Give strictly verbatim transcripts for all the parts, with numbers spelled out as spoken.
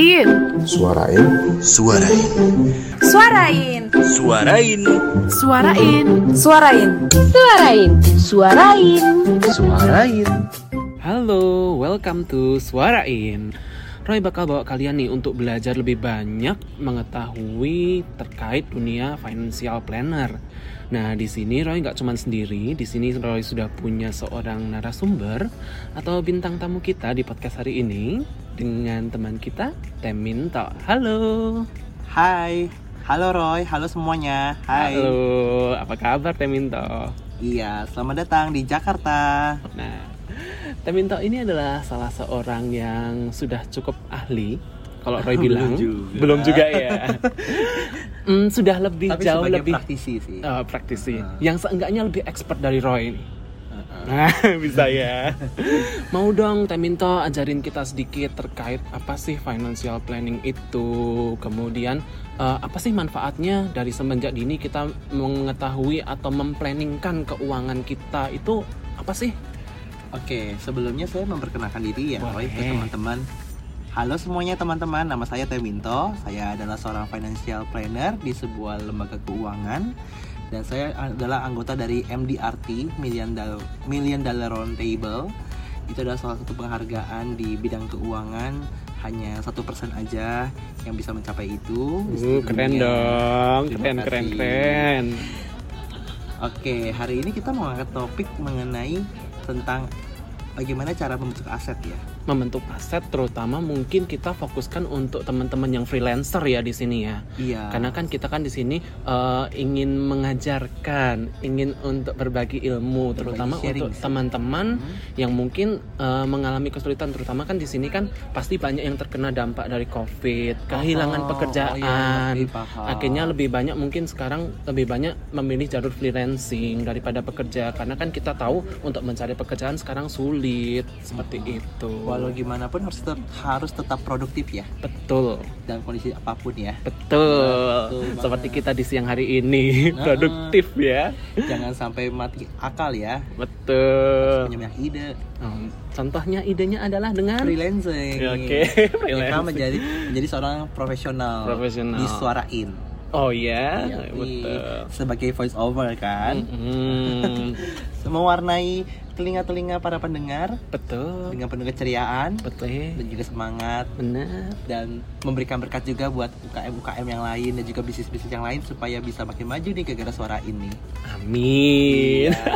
Suarain. Suarain. Suarain. Suarain. Suarain. Suarain. Suarain. Suarain. Suarain. Suarain. Halo, welcome to Suarain. Roy bakal bawa kalian nih untuk belajar lebih banyak mengetahui terkait dunia financial planner. Nah, di sini Roy nggak cuma sendiri. Di sini Roy sudah punya seorang narasumber atau bintang tamu kita di podcast hari ini dengan teman kita, Teminto. Halo. Hai, halo Roy, halo semuanya. Hai. Halo, apa kabar Teminto? Iya, selamat datang di Jakarta. Nah, Teminto ini adalah salah seorang yang sudah cukup ahli. Kalau Roy bilang, belum juga, belum juga ya. mm, sudah lebih Tapi jauh lebih praktisi sih. uh, praktisi. Uh-huh. Yang seenggaknya lebih expert dari Roy ini. Uh-huh. Nah, bisa ya. Mau dong Teminto ajarin kita sedikit terkait apa sih financial planning itu. Kemudian uh, apa sih manfaatnya dari semenjak dini kita mengetahui atau memplanningkan keuangan kita itu apa sih? Oke, sebelumnya saya memperkenalkan diri ya, Roy, ke Boleh. teman-teman. Halo semuanya teman-teman, nama saya Teminto. Saya adalah seorang financial planner di sebuah lembaga keuangan. Dan saya adalah anggota dari M D R T, Million Dollar, Million Dollar Round Table. Itu adalah salah satu penghargaan di bidang keuangan. Hanya satu persen aja yang bisa mencapai itu. Uh, keren dong, Terima keren, keren, kasih. keren. Oke, hari ini kita mau angkat topik mengenai tentang bagaimana cara membentuk aset ya. Membentuk aset terutama mungkin kita fokuskan untuk teman-teman yang freelancer ya di sini ya. Iya. Karena kan kita kan di sini uh, ingin mengajarkan, ingin untuk berbagi ilmu, Berbagi terutama sharing untuk sih. teman-teman Hmm. yang mungkin uh, mengalami kesulitan, terutama kan di sini kan pasti banyak yang terkena dampak dari COVID, kehilangan Oh, pekerjaan. oh iya, paham. Akhirnya lebih banyak mungkin sekarang lebih banyak memilih jalur freelancing daripada pekerja, karena kan kita tahu untuk mencari pekerjaan sekarang sulit seperti itu. Walau gimana pun harus tetap, harus tetap produktif ya Betul. dalam kondisi apapun ya. Betul, Betul seperti banget. kita di siang hari ini Nah. produktif ya. Jangan sampai mati akal ya. Betul. Punya banyak ide. Hmm, contohnya idenya adalah dengan Freelancing. Ya, oke, Mereka freelancing. menjadi menjadi seorang profesional. Profesional. Disuarain. Oh ya, Iya, betul. sebagai voice over kan. Hmm, Mewarnai telinga-telinga para pendengar betul, dengan penuh keceriaan betul, dan juga semangat, benar. dan memberikan berkat juga buat U K M U K M yang lain dan juga bisnis-bisnis yang lain supaya bisa makin maju nih gara-gara suara ini. Amin. Iya.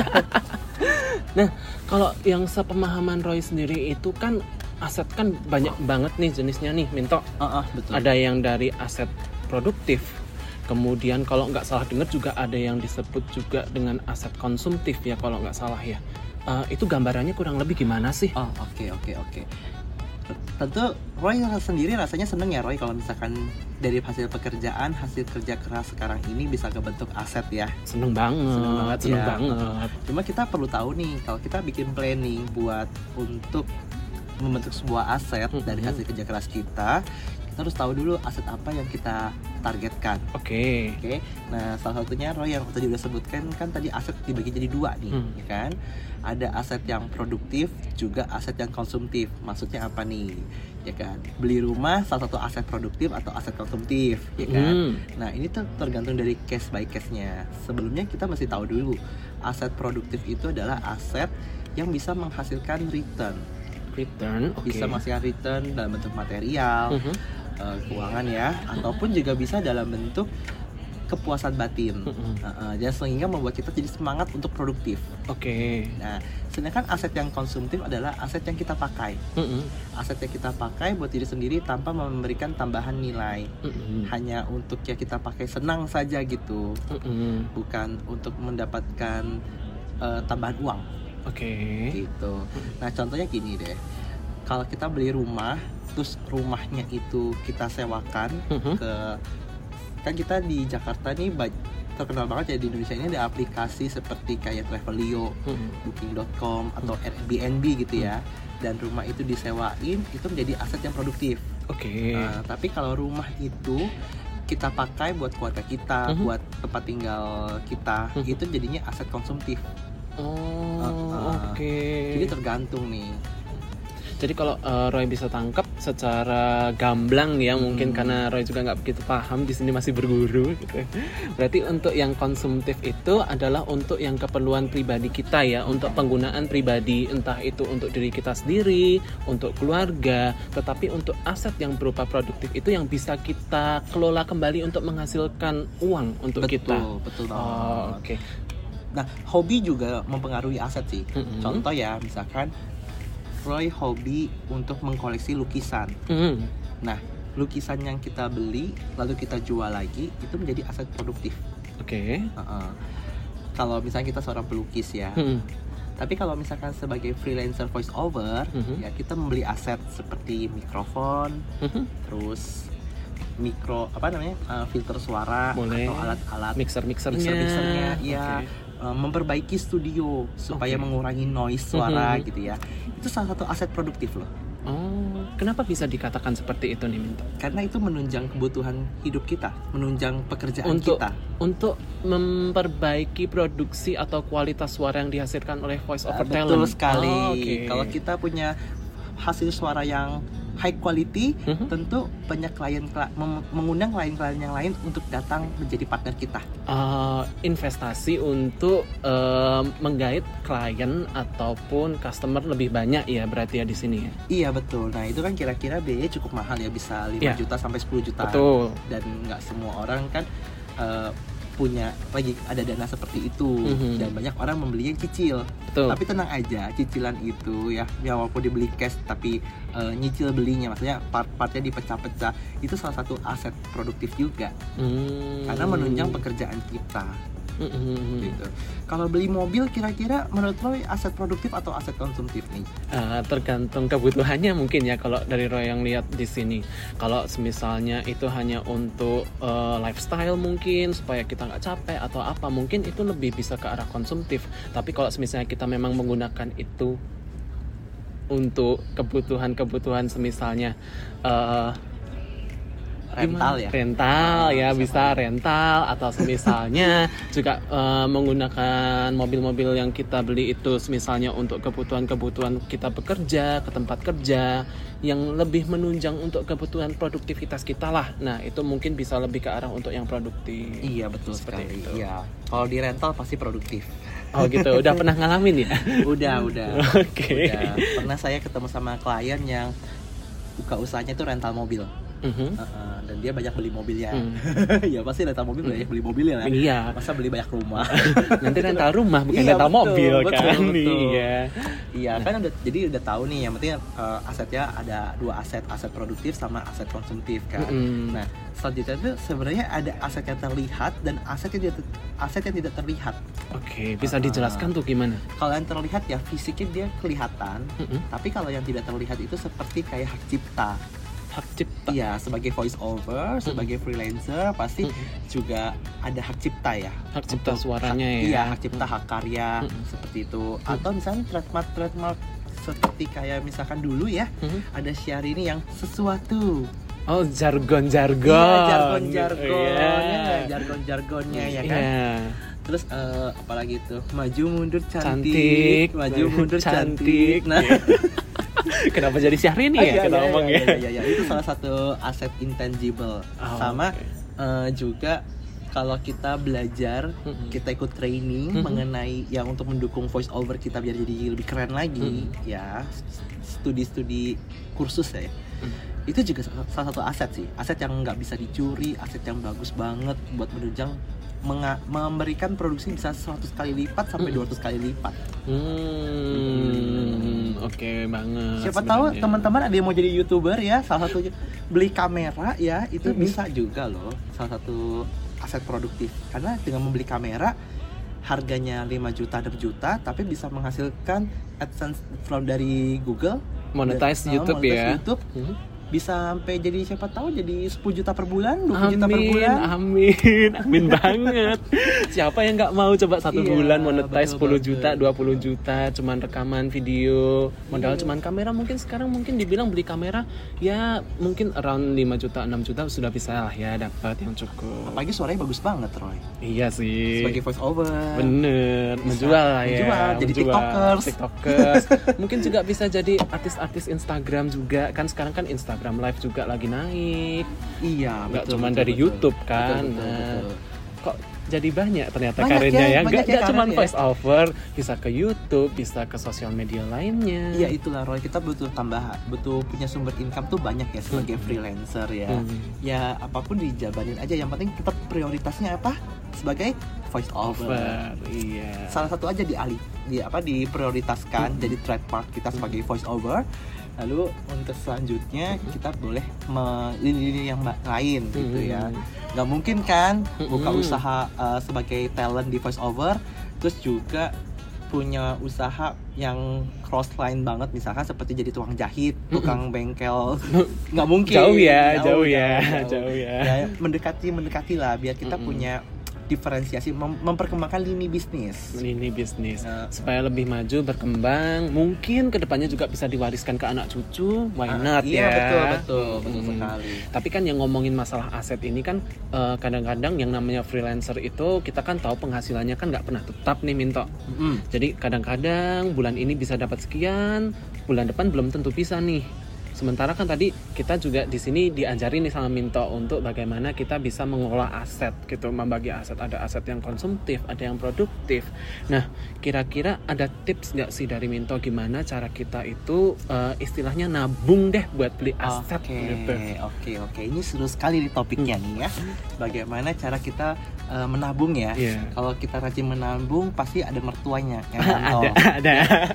Nah, kalau yang sepemahaman Roy sendiri itu kan aset kan banyak banget nih jenisnya nih, Minto. Uh, uh, betul. Ada yang dari aset produktif, kemudian kalau nggak salah dengar juga ada yang disebut juga dengan aset konsumtif ya kalau nggak salah ya. Uh, itu gambarannya kurang lebih gimana sih? Oh, oke oke oke. Tentu Roy sendiri rasanya seneng ya Roy kalau misalkan dari hasil pekerjaan, hasil kerja keras sekarang ini bisa kebentuk aset ya. Seneng banget, Seneng seneng banget, banget. ya. Cuma kita perlu tahu nih, kalau kita bikin planning buat untuk membentuk sebuah aset Mm-hmm. dari hasil kerja keras kita, kita harus tahu dulu aset apa yang kita targetkan. Oke. Oke, nah salah satunya Roy yang tadi udah sebutkan kan tadi aset dibagi jadi dua nih, Hmm. ya kan? Ada aset yang produktif, juga aset yang konsumtif. Maksudnya apa nih? Ya kan? Beli rumah salah satu aset produktif atau aset konsumtif, ya kan? Hmm. Nah ini tuh tergantung dari case by case-nya. Sebelumnya kita mesti tahu dulu aset produktif itu adalah aset yang bisa menghasilkan return, Return, oke. bisa menghasilkan return dalam bentuk material, Mhm. uh, keuangan ya, ataupun juga bisa dalam bentuk kepuasan batin. Mhm. Uh, uh, dan sehingga membuat kita jadi semangat untuk produktif. Oke. Nah, sedangkan aset yang konsumtif adalah aset yang kita pakai. Mhm. Aset yang kita pakai buat diri sendiri tanpa memberikan tambahan nilai. Mhm. Hanya untuk ya kita pakai senang saja gitu, Mhm. bukan untuk mendapatkan uh, tambahan uang Oke. gitu. Nah, contohnya gini deh. Kalau kita beli rumah, terus rumahnya itu kita sewakan Mhm. ke, kan kita di Jakarta nih ba- terkenal banget ya di Indonesia ini ada aplikasi seperti kayak Travelio, Mhm. booking dot com atau Airbnb gitu ya. Dan rumah itu disewain, itu menjadi aset yang produktif. Oke. Nah, tapi kalau rumah itu kita pakai buat keluarga kita, Mhm. buat tempat tinggal kita, Mhm. itu jadinya aset konsumtif. Oh, Uh, uh. oke. Jadi tergantung nih. Jadi kalau uh, Roy bisa tangkap secara gamblang ya, mungkin Hmm. karena Roy juga nggak begitu paham, di sini masih berguru gitu. Berarti untuk yang konsumtif itu adalah untuk yang keperluan pribadi kita ya, untuk penggunaan pribadi, entah itu untuk diri kita sendiri, untuk keluarga, tetapi untuk aset yang berupa produktif itu yang bisa kita kelola kembali untuk menghasilkan uang untuk Betul, kita. betul banget. Oh, oke. Nah, hobi juga mempengaruhi aset sih. Mm-mm. Contoh ya, misalkan Roy hobi untuk mengkoleksi lukisan. Hmm. Nah, lukisan yang kita beli lalu kita jual lagi itu menjadi aset produktif. Oke. Uh-uh. Kalau misalnya kita seorang pelukis ya. Hmm. Tapi kalau misalkan sebagai freelancer voice over, Mhm. ya kita membeli aset seperti mikrofon, Mhm. terus mikro apa namanya uh, filter suara Boleh. atau alat-alat Mixer-mixernya. mixer-mixernya, iya. Oke. Uh, memperbaiki studio supaya Oke. mengurangi noise suara Mhm. gitu ya. Itu salah satu aset produktif loh. Oh, kenapa bisa dikatakan seperti itu nih, Minto? Karena itu menunjang kebutuhan hidup kita, menunjang pekerjaan Untuk kita. untuk memperbaiki produksi atau kualitas suara yang dihasilkan oleh voice over Uh, talent. betul sekali. Oh, oke. Kalau kita punya hasil suara yang high quality, Mhm. tentu banyak klien mem- mengundang klien-klien yang lain untuk datang menjadi partner kita. Uh, investasi untuk uh, menggait klien ataupun customer lebih banyak ya, berarti ya di sini ya. Iya betul. Nah itu kan kira-kira biayanya cukup mahal ya, bisa lima Iya. juta sampai sepuluh juta. Betul. Dan nggak semua orang kan uh, punya lagi ada dana seperti itu. Mhm. Dan banyak orang membelinya cicil. Betul. Tapi tenang aja, cicilan itu ya, ya walaupun dibeli cash tapi uh, nyicil belinya, maksudnya part-partnya dipecah-pecah, itu salah satu aset produktif juga. Hmm. Karena menunjang pekerjaan kita. Hmm. Gitu. Kalau beli mobil kira-kira menurut Roy aset produktif atau aset konsumtif nih? Uh, tergantung kebutuhannya mungkin ya, kalau dari Roy yang lihat di sini. Kalau misalnya itu hanya untuk uh, lifestyle mungkin supaya kita nggak capek atau apa, mungkin itu lebih bisa ke arah konsumtif. Tapi kalau misalnya kita memang menggunakan itu untuk kebutuhan-kebutuhan semisalnya uh, Rental gimana? ya? Rental Oh, ya, bisa bisa rental atau semisalnya juga uh, menggunakan mobil-mobil yang kita beli itu semisalnya untuk kebutuhan-kebutuhan kita bekerja, ke tempat kerja yang lebih menunjang untuk kebutuhan produktivitas kita lah. Nah, itu mungkin bisa lebih ke arah untuk yang produktif. Iya betul Seperti sekali. itu. Iya. Kalau di rental pasti produktif. Oh gitu, udah pernah ngalamin ya? Udah, udah. Oke. Udah. Pernah saya ketemu sama klien yang buka usahanya itu rental mobil. Mhm. Uh-uh, dan dia banyak beli mobilnya. Hmm. Ya pasti rental mobil banyak beli mobilnya lah. Iya. Masa beli banyak rumah? Nanti rental rumah bukan Iya, rental betul, mobil betul, kan? betul. Iya. Iya kan udah, jadi udah tahu nih yang penting uh, asetnya ada dua aset, aset produktif sama aset konsumtif kan. Mm-mm. Nah selanjutnya itu sebenarnya ada aset yang terlihat dan aset yang tidak aset yang tidak terlihat. Oke, bisa Ah. dijelaskan tuh gimana? Kalau yang terlihat ya fisiknya dia kelihatan, Mm-mm. tapi kalau yang tidak terlihat itu seperti kayak hak cipta. Hak cipta. Iya, sebagai voice over, sebagai freelancer pasti Mm-mm. juga ada hak cipta ya. Hak cipta Untuk suaranya hak, ya. Iya, hak cipta, hak karya Mm-mm. seperti itu. Atau misalnya trademark trademark seperti kayak misalkan dulu ya, Mhm. ada Syahrini yang sesuatu. Oh, jargon-jargon. Iya, jargon-jargonnya, Iya. nggak? jargon-jargonnya ya kan. Iya. Terus eh, apalagi itu maju mundur cantik, Cantik. maju mundur Cantik. cantik. Nah, Kenapa jadi Syahrini ya iya, kita iya, ngomong iya, ya? iya, iya, itu salah satu aset intangible. Oh, Sama oke. eh, juga kalau kita belajar, Mm-mm. kita ikut training Mm-mm. mengenai yang untuk mendukung voice over kita biar jadi lebih keren lagi, ya studi-studi kursus ya. Mm. Itu juga salah satu aset sih, aset yang nggak bisa dicuri, aset yang bagus banget buat menunjang menga- memberikan produksi bisa seratus kali lipat sampai Mm. dua ratus kali lipat. Hmm, oke banget. Siapa tahu sebenarnya. teman-teman ada yang mau jadi YouTuber ya, salah satunya beli kamera ya, itu Mm-hmm. bisa juga loh, salah satu aset produktif. Karena dengan membeli kamera harganya lima juta, enam juta, tapi bisa menghasilkan AdSense from dari Google, Monetize dari- YouTube monetize ya. YouTube Mhm. bisa sampai jadi siapa tahu jadi sepuluh juta per bulan, dua puluh juta per Amin, bulan. amin, amin banget. Siapa yang nggak mau coba satu Iya, bulan monetize betul, sepuluh betul. juta, dua puluh juta, cuman rekaman video, modal cuman kamera. Mungkin sekarang mungkin dibilang beli kamera ya mungkin around lima juta, enam juta sudah bisa lah ya dapat yang cukup. Apalagi suaranya bagus banget, Roy. Iya sih. Sebagai voice over. Bener, Bisa menjual lah ya. menjual, jadi menjual. tiktokers. Tiktokers. Mungkin juga bisa jadi artis-artis Instagram juga. Kan sekarang kan Instagram Live juga lagi naik. Iya, Nggak betul, cuma betul, dari betul. YouTube kan. Betul, betul, Nah, betul. kok jadi banyak ternyata Banyak karirnya ya, ya. banyak Nggak ya nggak cuma karirnya. voice over, bisa ke YouTube, bisa ke sosial media lainnya. Iya, itulah Roy, kita butuh tambah butuh punya sumber income tuh banyak ya sebagai freelancer ya. Hmm. Ya apapun dijabanin aja, yang penting tetap prioritasnya apa? Sebagai voice over. Over, iya. Salah satu aja dialih di apa diprioritaskan jadi trademark kita sebagai voice over. Lalu untuk selanjutnya kita boleh melindungi yang ba- lain gitu ya. Nggak mungkin kan buka Mm-mm. usaha uh, sebagai talent di voice over terus juga punya usaha yang cross line banget, misalkan seperti jadi tukang jahit, tukang bengkel. Nggak mungkin. Jauh ya, jauh ya, jauh ya. Ya, mendekati mendekati lah biar kita Mm-mm. punya diferensiasi, mem- memperkembangkan lini bisnis. Ini bisnis Nah. supaya lebih maju, berkembang, mungkin kedepannya juga bisa diwariskan ke anak cucu, why not Iya, ya? betul betul betul Hmm. sekali. Tapi kan yang ngomongin masalah aset ini kan eh, kadang-kadang yang namanya freelancer itu kita kan tahu penghasilannya kan nggak pernah tetap nih Minto. Mm. Jadi kadang-kadang bulan ini bisa dapat sekian, bulan depan belum tentu bisa nih. Sementara kan tadi kita juga di sini diajarin nih sama Minto untuk bagaimana kita bisa mengelola aset gitu, membagi aset. Ada aset yang konsumtif, ada yang produktif. Nah, kira-kira ada tips nggak sih dari Minto gimana cara kita itu eh, istilahnya nabung deh buat beli aset Oke, gitu. oke, oke. Ini seru sekali nih topiknya nih ya. Bagaimana cara kita uh, menabung ya? Iya. Kalau kita rajin menabung, pasti ada mertuanya yang ada, nonton. ada.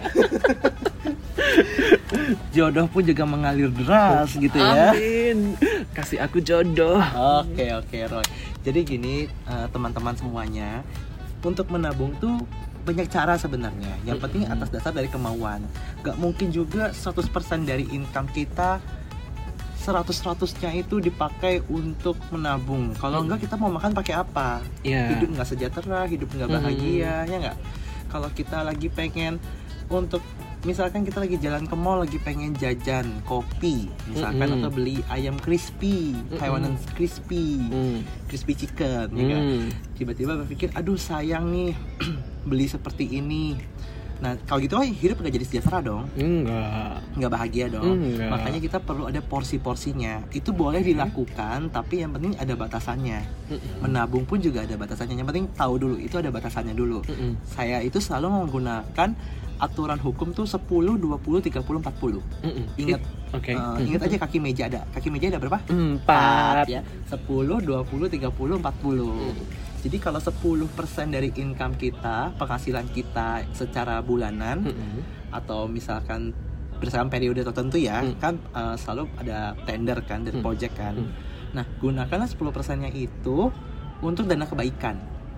Jodoh pun juga mengalir deras gitu ya. Amin. Kasih aku jodoh. Oke, oke, Roy. Jadi gini, uh, teman-teman semuanya, untuk menabung tuh banyak cara sebenarnya. Yang penting atas dasar dari kemauan. Gak mungkin juga seratus persen dari income kita seratus-seratusnya itu dipakai untuk menabung. Kalau enggak kita mau makan pakai apa? Iya. Hidup nggak sejahtera, hidup nggak bahagia, ya nggak? Kalau kita lagi pengen untuk misalkan kita lagi jalan ke mall lagi pengen jajan kopi misalkan Mm-mm. atau beli ayam crispy, Taiwan crispy, Hmm. crispy chicken, ya kan? Hmm. Tiba-tiba berpikir, aduh sayang nih beli seperti ini. Nah kalau gitu, oh, hidup nggak jadi sejahtera dong, Enggak. nggak bahagia dong. Enggak. Makanya kita perlu ada porsi-porsinya. Itu boleh dilakukan, tapi yang penting ada batasannya. Menabung pun juga ada batasannya. Yang penting tahu dulu itu ada batasannya dulu. Mm-mm. Saya itu selalu menggunakan aturan hukum tuh sepuluh, dua puluh, tiga puluh, empat puluh. Mm-mm. Ingat, Oke. eh, ingat aja kaki meja ada. Kaki meja ada berapa? Empat. ya. sepuluh, dua puluh, tiga puluh, empat puluh. Jadi kalau sepuluh persen dari income kita, penghasilan kita secara bulanan Mm-mm. atau misalkan berdasarkan periode tertentu ya, Hmm. kan eh, selalu ada tender kan dari Hmm. project kan. Hmm. Nah, gunakanlah sepuluh persennya itu untuk dana kebaikan.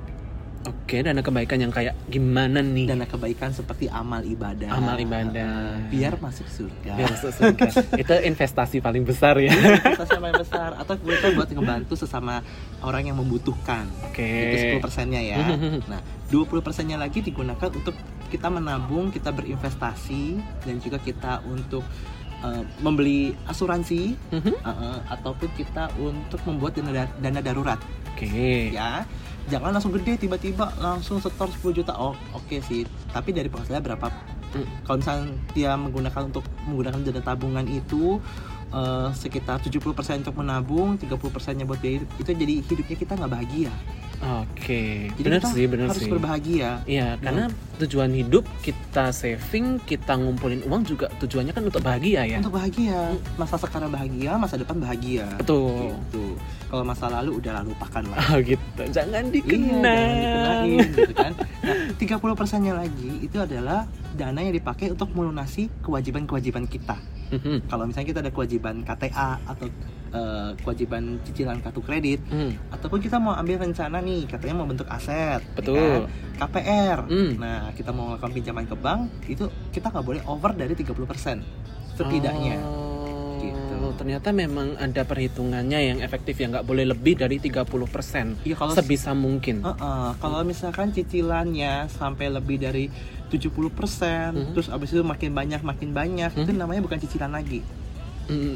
Oke, dana kebaikan yang kayak gimana nih? Dana kebaikan seperti amal ibadah. Amal ibadah. Eh, biar masuk surga. Biar masuk surga. Itu investasi paling besar ya. Investasi yang paling besar, atau kita buat ngebantu sesama orang yang membutuhkan. Oke. Itu sepuluh persennya ya. Nah, dua puluh persennya lagi digunakan untuk kita menabung, kita berinvestasi, dan juga kita untuk uh, membeli asuransi, Mhm. uh, uh, ataupun kita untuk membuat dana, dana darurat. Oke. Ya, jangan langsung gede tiba-tiba langsung setor sepuluh juta. Oh, oke okay sih. Tapi dari penghasilan berapa? Hmm. Kalau misalnya dia menggunakan untuk menggunakan dana tabungan itu uh, sekitar tujuh puluh persen untuk menabung, tiga puluh persennya buat biaya hidup, itu jadi hidupnya kita nggak bahagia. Oke. Jadi Benar kita sih, benar harus sih. berbahagia. Iya, karena tujuan hidup kita saving, kita ngumpulin uang juga tujuannya kan untuk bahagia ya. Untuk bahagia, masa sekarang bahagia, masa depan bahagia. Betul. Gitu. Kalau masa lalu udah lalu lupakan lah. Oh gitu. Jangan Iya, dikenal. jangan dikenain gitu kan. Nah, tiga puluh persennya lagi itu adalah dana yang dipakai untuk melunasi kewajiban-kewajiban kita. Mhm. Kalau misalnya kita ada kewajiban K T A atau eh, kewajiban cicilan kartu kredit, Hmm. ataupun kita mau ambil rencana nih, katanya mau bentuk aset, ya Betul. kan? K P R. Hmm. Nah, kita mau melakukan pinjaman ke bank, itu kita nggak boleh over dari tiga puluh persen setidaknya. Oh. Gitu. Oh, ternyata memang ada perhitungannya yang efektif ya, nggak boleh lebih dari tiga puluh persen. Iya, kalau sebisa mungkin. Uh-uh. Kalau misalkan cicilannya sampai lebih dari tujuh puluh persen, Mm-hmm. terus abis itu makin banyak makin banyak, Mm-hmm. itu namanya bukan cicilan lagi. Mm.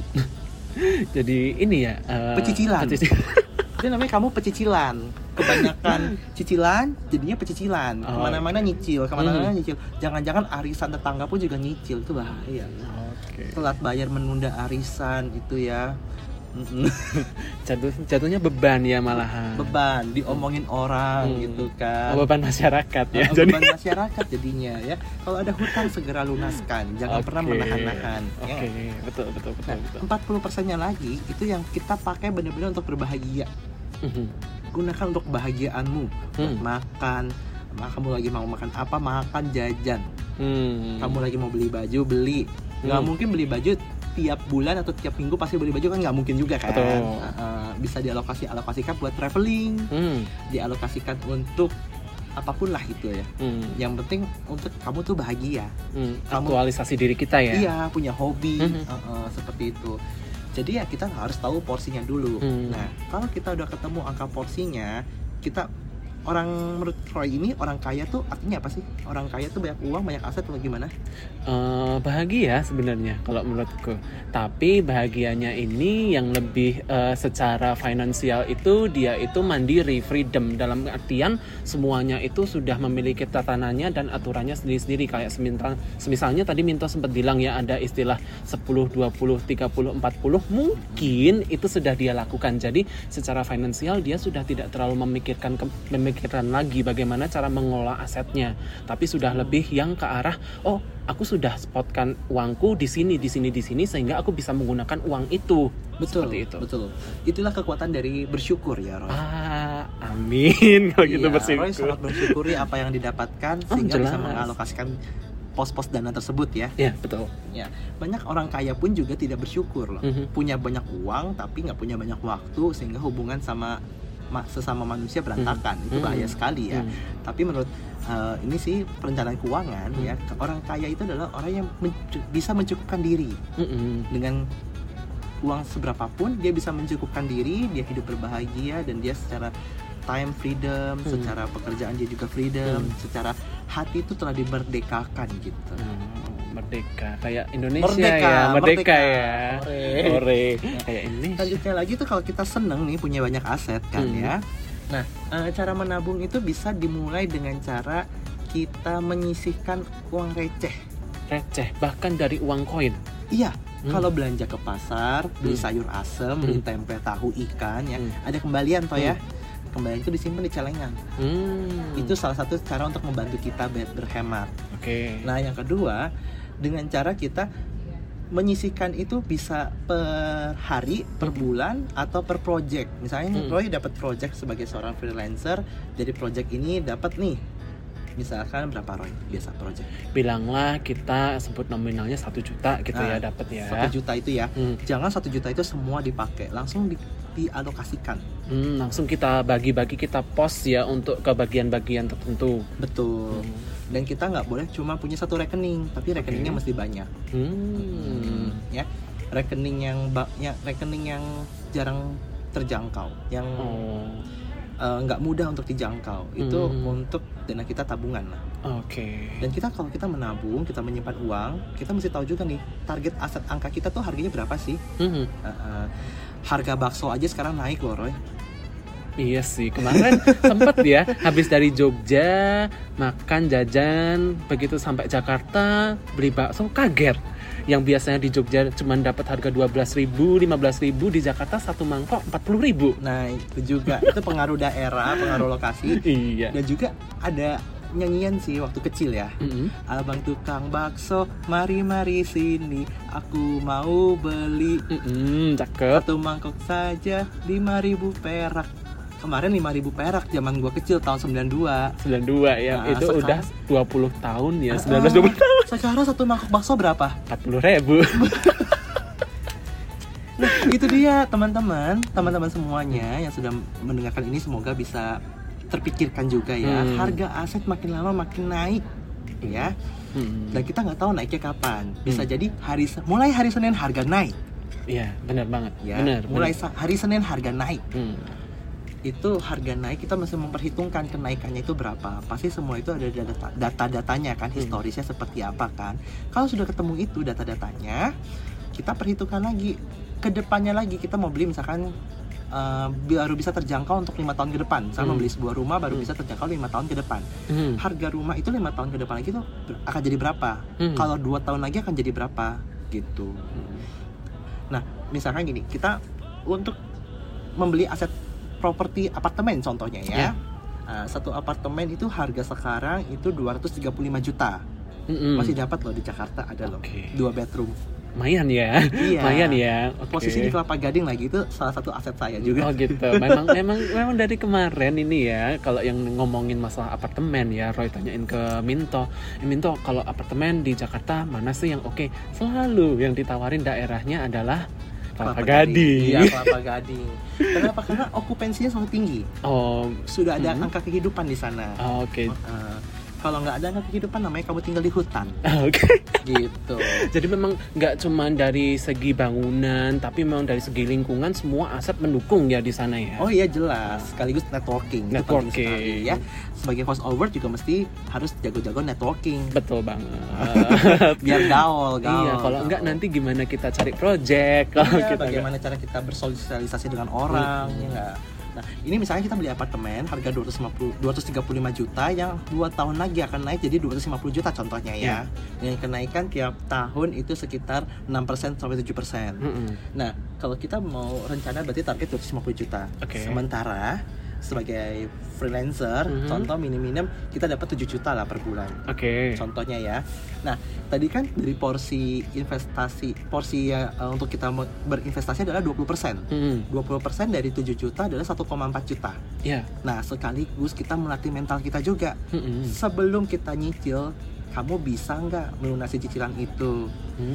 Jadi ini ya uh, Pecicilan. pecicilan. Itu namanya kamu pecicilan. Kebanyakan cicilan jadinya pecicilan. Oh, Kemana-mana nyicil, kemana-mana Hmm. nyicil. Jangan-jangan arisan tetangga pun juga nyicil, itu bahaya. Oke. Telat bayar menunda arisan itu ya. Mm-mm. Jatuh, jatuhnya beban ya malahan. Beban diomongin orang Hmm. gitu kan. Oh, beban masyarakat ya. Oh, Jadi beban masyarakat jadinya ya. Kalau ada hutang segera lunaskan, jangan Oke. pernah menahan-nahan. Oke, Ya. betul betul betul Nah, betul. empat puluh persennya lagi itu yang kita pakai benar-benar untuk berbahagia. Mhm. Gunakan untuk kebahagiaanmu. Buat Hmm. makan, ma- kamu lagi mau makan apa, makan, jajan. Hmm. Kamu lagi mau beli baju, beli. Nggak Hmm. mungkin beli baju tiap bulan atau tiap minggu pasti beli baju, kan nggak mungkin juga kan. Betul. Uh, bisa dialokasi alokasikan buat traveling, Hmm. dialokasikan untuk apapun lah itu ya. Hmm. Yang penting untuk kamu tuh bahagia. Hmm. Kamu- Aktualisasi diri kita ya. Iya, punya hobi, Mhm. uh, uh, seperti itu. Jadi ya kita harus tahu porsinya dulu. Hmm. Nah, kalau kita udah ketemu angka porsinya, kita orang menurut Roy ini orang kaya tuh artinya apa sih? Orang kaya tuh banyak uang, banyak aset atau gimana? Eh, bahagia sebenarnya kalau menurutku. Tapi bahagianya ini yang lebih eh, secara finansial itu dia itu mandiri, freedom, dalam artian semuanya itu sudah memiliki tatanannya dan aturannya sendiri-sendiri. Kayak semisal, semisalnya tadi Minto sempat bilang ya ada istilah sepuluh, dua puluh, tiga puluh, empat puluh, mungkin itu sudah dia lakukan. Jadi secara finansial dia sudah tidak terlalu memikirkan ke, memikirkan lagi bagaimana cara mengelola asetnya, tapi sudah lebih yang ke arah oh aku sudah spotkan uangku di sini, di sini, di sini sehingga aku bisa menggunakan uang itu. Betul, Seperti itu. betul. Itulah kekuatan dari bersyukur ya, Roy. Ah, amin kalau gitu Iya, bersyukur. Roy sangat bersyukuri apa yang didapatkan Oh, sehingga bisa jelas. mengalokasikan pos-pos dana tersebut ya. Ya, betul. Ya, banyak orang kaya pun juga tidak bersyukur loh. Mhm. Punya banyak uang tapi nggak punya banyak waktu sehingga hubungan sama ma- sesama manusia berantakan. Itu Mhm. bahaya sekali ya. Mhm. Tapi menurut uh, ini sih perencanaan keuangan Mhm. ya, orang kaya itu adalah orang yang mencu- bisa mencukupkan diri Mm-mm. dengan uang seberapapun, dia bisa mencukupkan diri, dia hidup berbahagia dan dia secara time freedom, Hmm. secara pekerjaan dia juga freedom, Hmm. secara hati itu telah dimerdekakan gitu. Hmm, merdeka kayak Indonesia Merdeka, ya, merdeka, merdeka. ya. Ore. Ore. Kayak Indonesia. Selanjutnya lagi tuh kalau kita seneng nih punya banyak aset kan Hmm. ya. Nah, eh, cara menabung itu bisa dimulai dengan cara kita menyisihkan uang receh. Receh bahkan dari uang koin. Iya, Hmm. kalau belanja ke pasar, beli Hmm. sayur asem, Hmm. beli tempe, tahu, ikan ya, Hmm. ada kembalian toh Hmm. ya. Kembalian itu disimpan di celengan. Hmm. Itu salah satu cara untuk membantu kita ber- berhemat. Oke. Nah, yang kedua, dengan cara kita menyisihkan itu bisa per hari, per bulan, atau per project. Misalnya Hmm. Roy dapat project sebagai seorang freelancer, dari project ini dapat nih, misalkan berapa Roy biasa project? Bilanglah kita sebut nominalnya satu juta gitu Nah, ya dapat ya. Satu juta itu ya. Hmm. Jangan satu juta itu semua dipakai, langsung di, dialokasikan. Hmm, langsung kita bagi-bagi, kita post ya untuk ke bagian-bagian tertentu. Betul. Hmm. Dan kita nggak boleh cuma punya satu rekening, tapi rekeningnya Oke. mesti banyak. Hmm. Ya, rekening yang ba- ya, rekening yang jarang terjangkau, yang Oh. eh, nggak mudah untuk dijangkau, itu Hmm. untuk dana kita tabungan lah. Oke. Dan kita kalau kita menabung, kita menyimpan uang, kita mesti tahu juga nih target aset angka kita tuh harganya berapa sih? Mhm. Eh, eh, harga bakso aja sekarang naik loh, Roy. Iya sih, kemarin sempet ya habis dari Jogja makan jajan, begitu sampai Jakarta beli bakso kaget. Yang biasanya di Jogja cuma dapat harga dua belas ribu, lima belas ribu, di Jakarta satu mangkok empat puluh ribu. Nah, itu juga itu pengaruh daerah, pengaruh lokasi. Iya. Dan juga ada nyanyian sih waktu kecil ya. Mm-mm. Abang tukang bakso, mari mari sini, aku mau beli Mm-mm, cakep. satu mangkok saja lima ribu perak. Kemarin lima ribu perak zaman gua kecil tahun sembilan dua. sembilan dua ya, Nah, itu sekarang- udah dua puluh tahun ya, Ah, sembilan belas dua puluh tahun. Sekarang satu mangkok bakso berapa? empat puluh ribu. Nah, itu dia teman-teman, teman-teman semuanya yang sudah mendengarkan ini semoga bisa terpikirkan juga ya. Hmm. Harga aset makin lama makin naik ya. Hmm. Dan kita nggak tahu naiknya kapan. Bisa Hmm. jadi hari Se- mulai hari Senin harga naik. Iya, benar banget. Ya, Benar. mulai benar. sa- hari Senin harga naik. Hmm. Itu harga naik kita masih memperhitungkan kenaikannya itu berapa. Pasti semua itu ada data, data-datanya kan, historisnya seperti apa kan. Kalau sudah ketemu itu data-datanya, kita perhitungkan lagi ke depannya lagi, kita mau beli misalkan uh, baru bisa terjangkau untuk lima tahun ke depan. Misalnya Hmm. membeli sebuah rumah baru Hmm. bisa terjangkau lima tahun ke depan. Hmm. Harga rumah itu lima tahun ke depan lagi tuh akan jadi berapa? Hmm. Kalau dua tahun lagi akan jadi berapa gitu. Nah, misalkan gini, kita untuk membeli aset properti apartemen contohnya ya. Ya. Uh, satu apartemen itu harga sekarang itu dua ratus tiga puluh lima juta. Mm-mm. Masih dapat loh di Jakarta, ada loh. Oke. Dua bedroom. Lumayan ya. Iya. Lumayan ya. Oke. Posisi di Kelapa Gading lagi, itu salah satu aset saya juga. Oh gitu. Memang memang memang dari kemarin ini ya, kalau yang ngomongin masalah apartemen ya, Roy tanyain ke Minto. Eh, Minto, kalau apartemen di Jakarta mana sih yang oke? Selalu yang ditawarin daerahnya adalah Kelapa Gading. Iya, Kelapa Gading. Kenapa? Karena okupansinya sangat tinggi. Oh, Sudah ada Hmm. angka kehidupan di sana. oh, oke. Uh, kalau nggak ada angka kehidupan, namanya kamu tinggal di hutan. Oke. Gitu. Jadi memang nggak cuma dari segi bangunan, tapi memang dari segi lingkungan semua aset mendukung ya di sana ya. Oh iya, jelas. Sekaligus networking. Itu penting Networking. sekali, ya. Sebagai host over juga mesti harus jago-jago networking. Betul banget. Biar gaul, gaul. Iya, kalau enggak nanti gimana kita cari project kalau Iya, kita bagaimana cara kita bersosialisasi dengan orang, ya enggak? Nah, ini misalnya kita beli apartemen harga dua ratus lima puluh, dua ratus tiga puluh lima juta yang dua tahun lagi akan naik jadi dua ratus lima puluh juta contohnya ya. Yang kenaikan tiap tahun itu sekitar enam persen sampai tujuh persen. Mm-mm. Nah, kalau kita mau rencana berarti target dua ratus lima puluh juta. Oke. Sementara sebagai freelancer, Mhm. contoh minim-minim kita dapat tujuh juta lah per bulan. Oke. Contohnya ya. Nah, tadi kan dari porsi investasi, porsi ya, uh, untuk kita me- berinvestasi adalah dua puluh persen. Mm-mm. dua puluh persen dari tujuh juta adalah satu koma empat juta. Iya. Nah, sekaligus kita melatih mental kita juga. Mm-mm. Sebelum kita nyicil, kamu bisa nggak melunasi cicilan itu?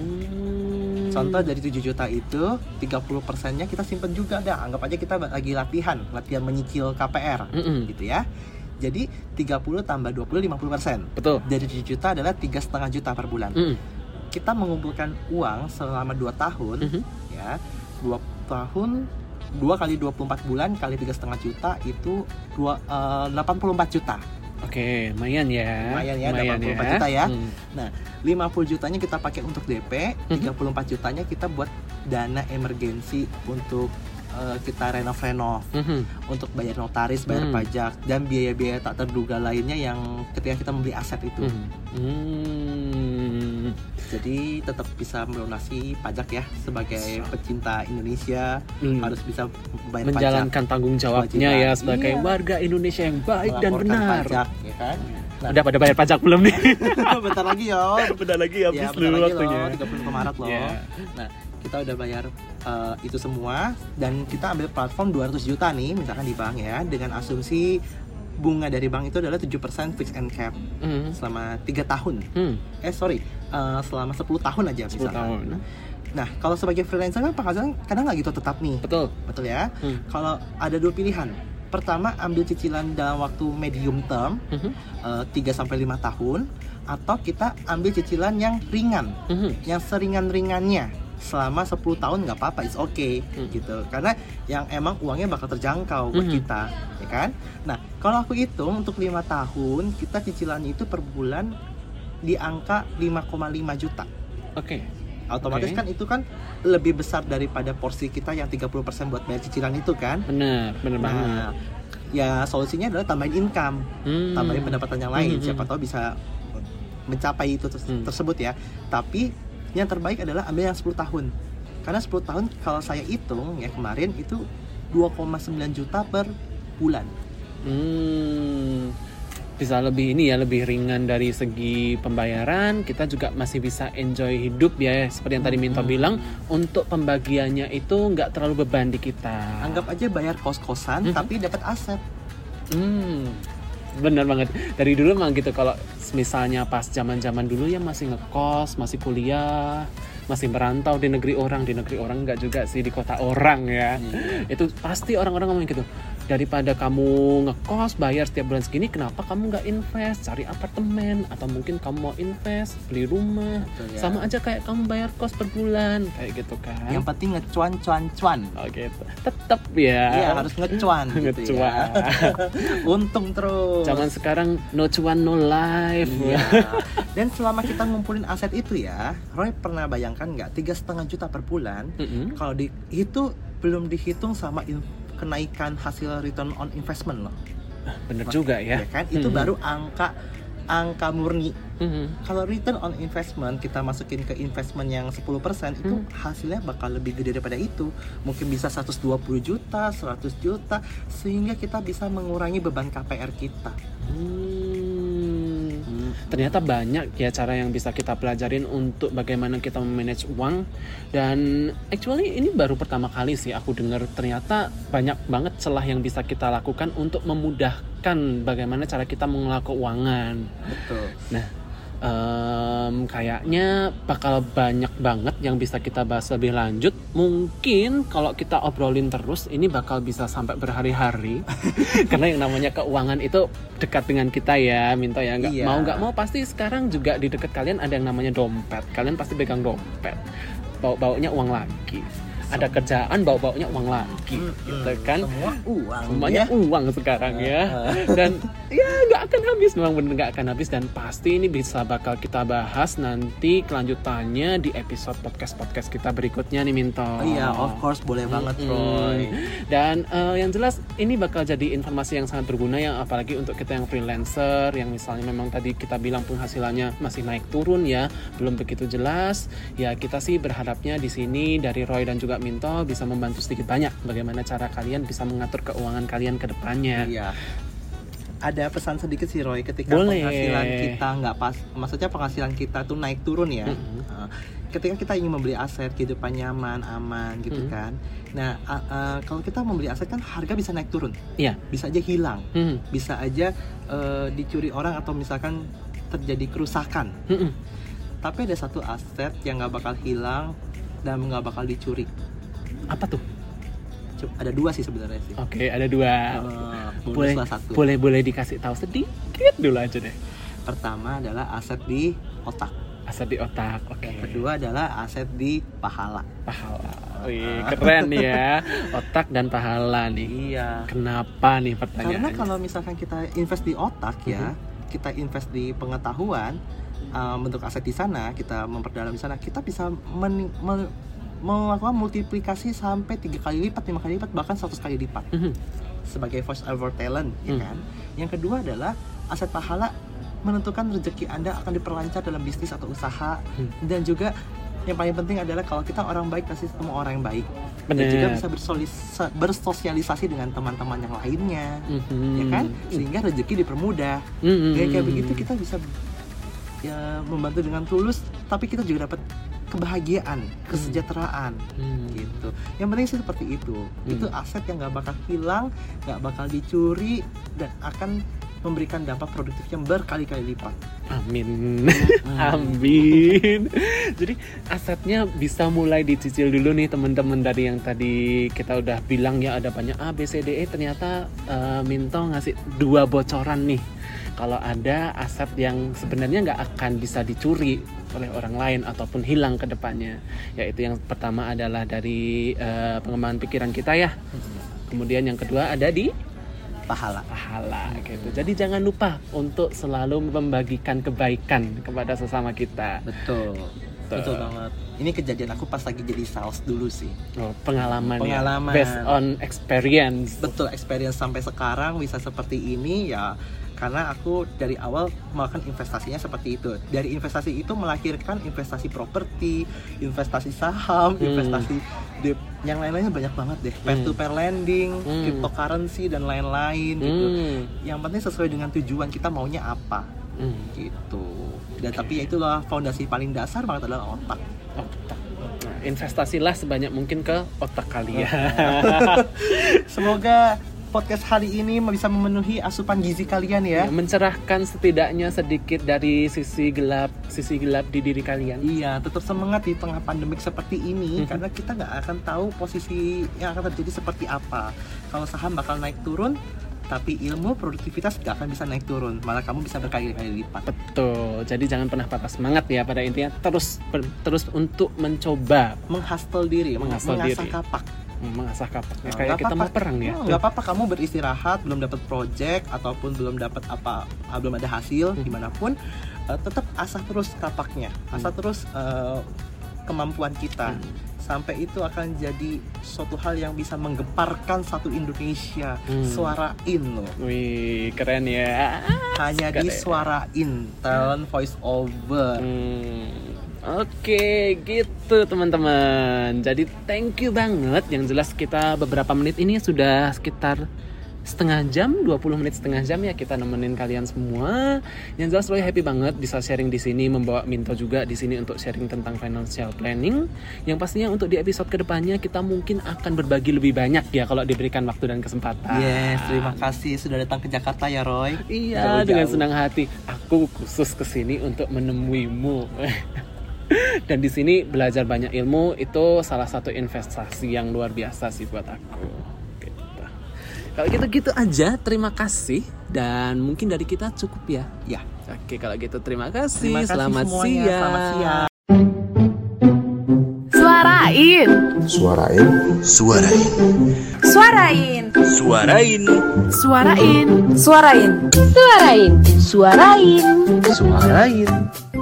Hmm. Contoh dari tujuh juta itu, tiga puluh persennya kita simpen juga dah. Anggap aja kita lagi latihan, latihan menyicil K P R. Mm-mm. Gitu ya. Jadi tiga puluh tambah dua puluh, lima puluh persen. Betul. Dari tujuh juta adalah tiga koma lima juta per bulan. Mm-mm. Kita mengumpulkan uang selama dua tahun, Mhm. ya, dua tahun, dua kali dua puluh empat bulan kali tiga koma lima juta itu dua, eh, delapan puluh empat juta. Oke, lumayan ya. Lumayan ya, delapan puluh empat juta ya. Hmm. Nah, lima puluh jutanya kita pakai untuk D P, tiga puluh empat jutanya kita buat dana emergensi untuk eh, kita renov-renov, Mhm. untuk bayar notaris, bayar Hmm. pajak, dan biaya-biaya tak terduga lainnya yang ketika kita membeli aset itu. Mhm. Hmm. Jadi tetap bisa melunasi pajak ya, sebagai pecinta Indonesia Hmm. harus bisa bayar pajak, Menjalankan tanggung jawabnya Kewajiban. ya sebagai Iya. warga Indonesia yang baik dan melaporkan benar. pajak, ya kan? Nah, Udah pada bayar pajak belum nih? bentar lagi yo. Bentar lagi Ya, habis bentar dulu lagi waktunya. loh, tiga puluh Maret loh. Iya. Nah, kita udah bayar uh, itu semua dan kita ambil platform dua ratus juta nih misalkan di bank ya, dengan asumsi bunga dari bank itu adalah tujuh persen fixed and cap Hmm. selama tiga tahun. Hmm. Eh sorry, uh, selama sepuluh tahun aja sepuluh misalkan. tahun. Nah, kalau sebagai freelancer kan penghasilan kadang nggak gitu tetap nih. Betul. Betul ya? Hmm. Kalau ada dua pilihan. Pertama, ambil cicilan dalam waktu medium term, Mhm. uh, tiga sampai lima tahun, atau kita ambil cicilan yang ringan, Mhm. yang seringan-ringannya selama sepuluh tahun nggak apa-apa, it's okay Hmm. gitu. Karena yang emang uangnya bakal terjangkau buat Mhm. kita, ya kan? Nah, kalau aku hitung untuk lima tahun, kita cicilannya itu per bulan di angka lima koma lima juta. Oke. Otomatis Oke. kan itu kan lebih besar daripada porsi kita yang tiga puluh persen buat bayar cicilan itu kan. Benar, benar banget. Nah, ya solusinya adalah tambahin income, Hmm. tambahin pendapatan yang lain. Hmm. Siapa tahu bisa mencapai itu ter- Hmm. tersebut ya. Tapi yang terbaik adalah ambil yang sepuluh tahun. Karena sepuluh tahun kalau saya hitung ya kemarin itu dua koma sembilan juta per bulan. Hmm, bisa lebih ini ya, lebih ringan dari segi pembayaran. Kita juga masih bisa enjoy hidup ya, seperti yang tadi Minto Hmm. bilang. Untuk pembagiannya itu nggak terlalu beban di kita. Anggap aja bayar kos-kosan Hmm. tapi dapat aset. Hmm, benar banget. Dari dulu emang gitu. Kalau misalnya pas zaman-zaman dulu ya masih ngekos, masih kuliah, masih merantau di negeri orang, di negeri orang nggak juga sih, di kota orang ya. Hmm. Itu pasti orang-orang ngomong gitu. daripada kamu ngekos bayar setiap bulan segini, kenapa kamu nggak invest cari apartemen, atau mungkin kamu mau invest beli rumah. Betul, ya. Sama aja kayak kamu bayar kos per bulan kayak gitu kan. Yang penting ngecuan cuan cuan. Oh gitu. Tetap ya. Iya, harus ngecuan gitu Ngecuan. ya. Untung terus. Zaman sekarang no cuan no life. Iya. Dan selama kita ngumpulin aset itu ya, Roy pernah bayangkan nggak tiga setengah juta per bulan? Mm-mm. Kalau di itu belum dihitung sama in, kenaikan hasil return on investment loh. Bener juga ya. Ya kan? Itu Mm-mm. baru angka angka murni. Mm-mm. Kalau return on investment kita masukin ke investment yang sepuluh persen itu Hmm. hasilnya bakal lebih gede daripada itu. Mungkin bisa seratus dua puluh juta, seratus juta, sehingga kita bisa mengurangi beban K P R kita. Hmm. Ternyata banyak ya cara yang bisa kita pelajarin untuk bagaimana kita memanage uang. Dan actually ini baru pertama kali sih aku dengar ternyata banyak banget celah yang bisa kita lakukan untuk memudahkan bagaimana cara kita mengelola keuangan. Betul. Nah, Um, kayaknya bakal banyak banget yang bisa kita bahas lebih lanjut. Mungkin kalau kita obrolin terus ini bakal bisa sampai berhari-hari. Karena yang namanya keuangan itu dekat dengan kita ya, Minto ya. Nggak Iya. mau nggak mau pasti sekarang juga di dekat kalian ada yang namanya dompet. Kalian pasti pegang dompet. Bau-baunya uang lagi. Ada kerjaan bau-baunya uang lagi, gitu kan? Semua uang. Semuanya ya. uang sekarang ya. Dan ya nggak akan habis, memang bener nggak akan habis. Dan pasti ini bisa bakal kita bahas nanti kelanjutannya di episode podcast-podcast kita berikutnya nih, Minto. Oh iya, of course, boleh banget, Mm-mm. Roy. Dan uh, yang jelas ini bakal jadi informasi yang sangat berguna ya, apalagi untuk kita yang freelancer, yang misalnya memang tadi kita bilang penghasilannya masih naik turun ya, belum begitu jelas. Ya kita sih berharapnya di sini dari Roy dan juga Minto bisa membantu sedikit banyak bagaimana cara kalian bisa mengatur keuangan kalian ke depannya. Iya. Ada pesan sedikit sih, Roy, ketika Boleh. penghasilan kita nggak pas, maksudnya penghasilan kita tuh naik turun ya. Mm-hmm. Uh, ketika kita ingin membeli aset kehidupan nyaman, aman gitu Mm-hmm. kan. Nah, uh, uh, kalau kita membeli aset kan harga bisa naik turun, Iya. bisa aja hilang, Hmm. bisa aja uh, dicuri orang atau misalkan terjadi kerusakan. Hmm. Tapi ada satu aset yang nggak bakal hilang dan nggak bakal dicuri. Apa tuh? Cuma- Ada dua sih sebenarnya sih. Oke, ada dua. Uh, boleh, bonuslah satu. boleh, boleh dikasih tahu sedikit dulu aja deh. Pertama adalah aset di otak. Aset di otak. Oke. Yang kedua adalah aset di pahala. Pahala. Wih, keren ya. Otak dan pahala nih. Iya. Kenapa nih pertanyaannya? Karena kalau misalkan kita invest di otak ya, kita invest di pengetahuan, uh, bentuk aset di sana, kita memperdalam di sana, kita bisa men- men- melakukan multiplikasi sampai tiga kali lipat, lima kali lipat, bahkan seratus kali lipat Mhm. sebagai voice over talent, ya Hmm. kan? Yang kedua adalah aset pahala menentukan rezeki Anda akan diperlancar dalam bisnis atau usaha, Hmm. dan juga yang paling penting adalah kalau kita orang baik pasti ketemu orang yang baik. Dan Bener. juga bisa bersolis- bersosialisasi dengan teman-teman yang lainnya, Mhm. ya kan? Sehingga rezeki dipermudah. Mhm. Kayak kayak begitu kita bisa ya membantu dengan tulus, tapi kita juga dapat kebahagiaan, kesejahteraan, Hmm. gitu. Yang penting sih seperti itu. Hmm. Itu aset yang nggak bakal hilang, nggak bakal dicuri, dan akan memberikan dampak produktif yang berkali-kali lipat. Amin. Amin. Jadi asetnya bisa mulai dicicil dulu nih teman-teman, dari yang tadi kita udah bilang ya ada banyak A, B, C, D, E. Ternyata uh, Minto ngasih dua bocoran nih. Kalau ada aset yang sebenarnya nggak akan bisa dicuri oleh orang lain ataupun hilang ke depannya. Yaitu yang pertama adalah dari uh, pengembangan pikiran kita ya. Kemudian yang kedua ada di Pahala. pahala gitu. Jadi jangan lupa untuk selalu membagikan kebaikan kepada sesama kita. Betul. Betul banget. Ini kejadian aku pas lagi jadi sales dulu sih. Oh, pengalaman, Pengalaman. ya. Based on experience. Betul, experience sampai sekarang bisa seperti ini ya karena aku dari awal melakukan investasinya seperti itu. Dari investasi itu melahirkan investasi properti, investasi saham, Hmm. investasi di, yang lain-lainnya banyak banget deh. Peer to peer lending, Hmm. cryptocurrency dan lain-lain gitu. Hmm. Yang penting sesuai dengan tujuan kita maunya apa Hmm. gitu. Dan tapi ya itulah fondasi paling dasar banget adalah otak. Otak. Nah, investasilah sebanyak mungkin ke otak kalian. Semoga podcast hari ini bisa memenuhi asupan gizi kalian ya. Ya, mencerahkan setidaknya sedikit dari sisi gelap, sisi gelap di diri kalian. Iya, tetap semangat di tengah pandemik seperti ini, Mhm. karena kita nggak akan tahu posisi yang akan terjadi seperti apa. Kalau saham bakal naik turun, tapi ilmu produktivitas nggak akan bisa naik turun, malah kamu bisa berkali-kali lipat. Betul. Jadi jangan pernah patah semangat ya, pada intinya terus ber- terus untuk mencoba Menghastel diri, Menghastel mengasah diri. kapak. mengasah kapaknya. Nah, Kayak nggak kita apa-apa. mau perang ya. Oh, nggak apa-apa kamu beristirahat, belum dapat project ataupun belum dapat apa, ah, belum ada hasil Hmm. dimanapun, uh, tetap asah terus kapaknya, asah Hmm. terus uh, kemampuan kita. Hmm. Sampai itu akan jadi suatu hal yang bisa menggemparkan satu Indonesia. Hmm. Suarain loh. Wih, keren ya. Hanya di Keren. Suarain, talent voice over. Hmm, Oke, gitu teman-teman. Jadi thank you banget. Yang jelas kita beberapa menit ini sudah sekitar setengah jam, dua puluh menit setengah jam ya kita nemenin kalian semua. Yang jelas Roy happy banget bisa sharing di sini, membawa Minto juga di sini untuk sharing tentang financial planning. Yang pastinya untuk di episode kedepannya kita mungkin akan berbagi lebih banyak ya kalau diberikan waktu dan kesempatan. Yes, terima kasih sudah datang ke Jakarta ya Roy. Iya, Jauh-jauh. dengan senang hati. Aku khusus kesini untuk menemuimu. Dan di sini belajar banyak ilmu itu salah satu investasi yang luar biasa sih buat aku. Gitu. Kalau gitu-gitu aja, terima kasih dan mungkin dari kita cukup ya. Ya, Oke, kalau gitu terima kasih. terima kasih Selamat semuanya. siang. Selamat siang. Suarain. Suarain. Suarain. Suarain. Suarain. Suarain. Suarain. Suarain. Suarain. Suarain.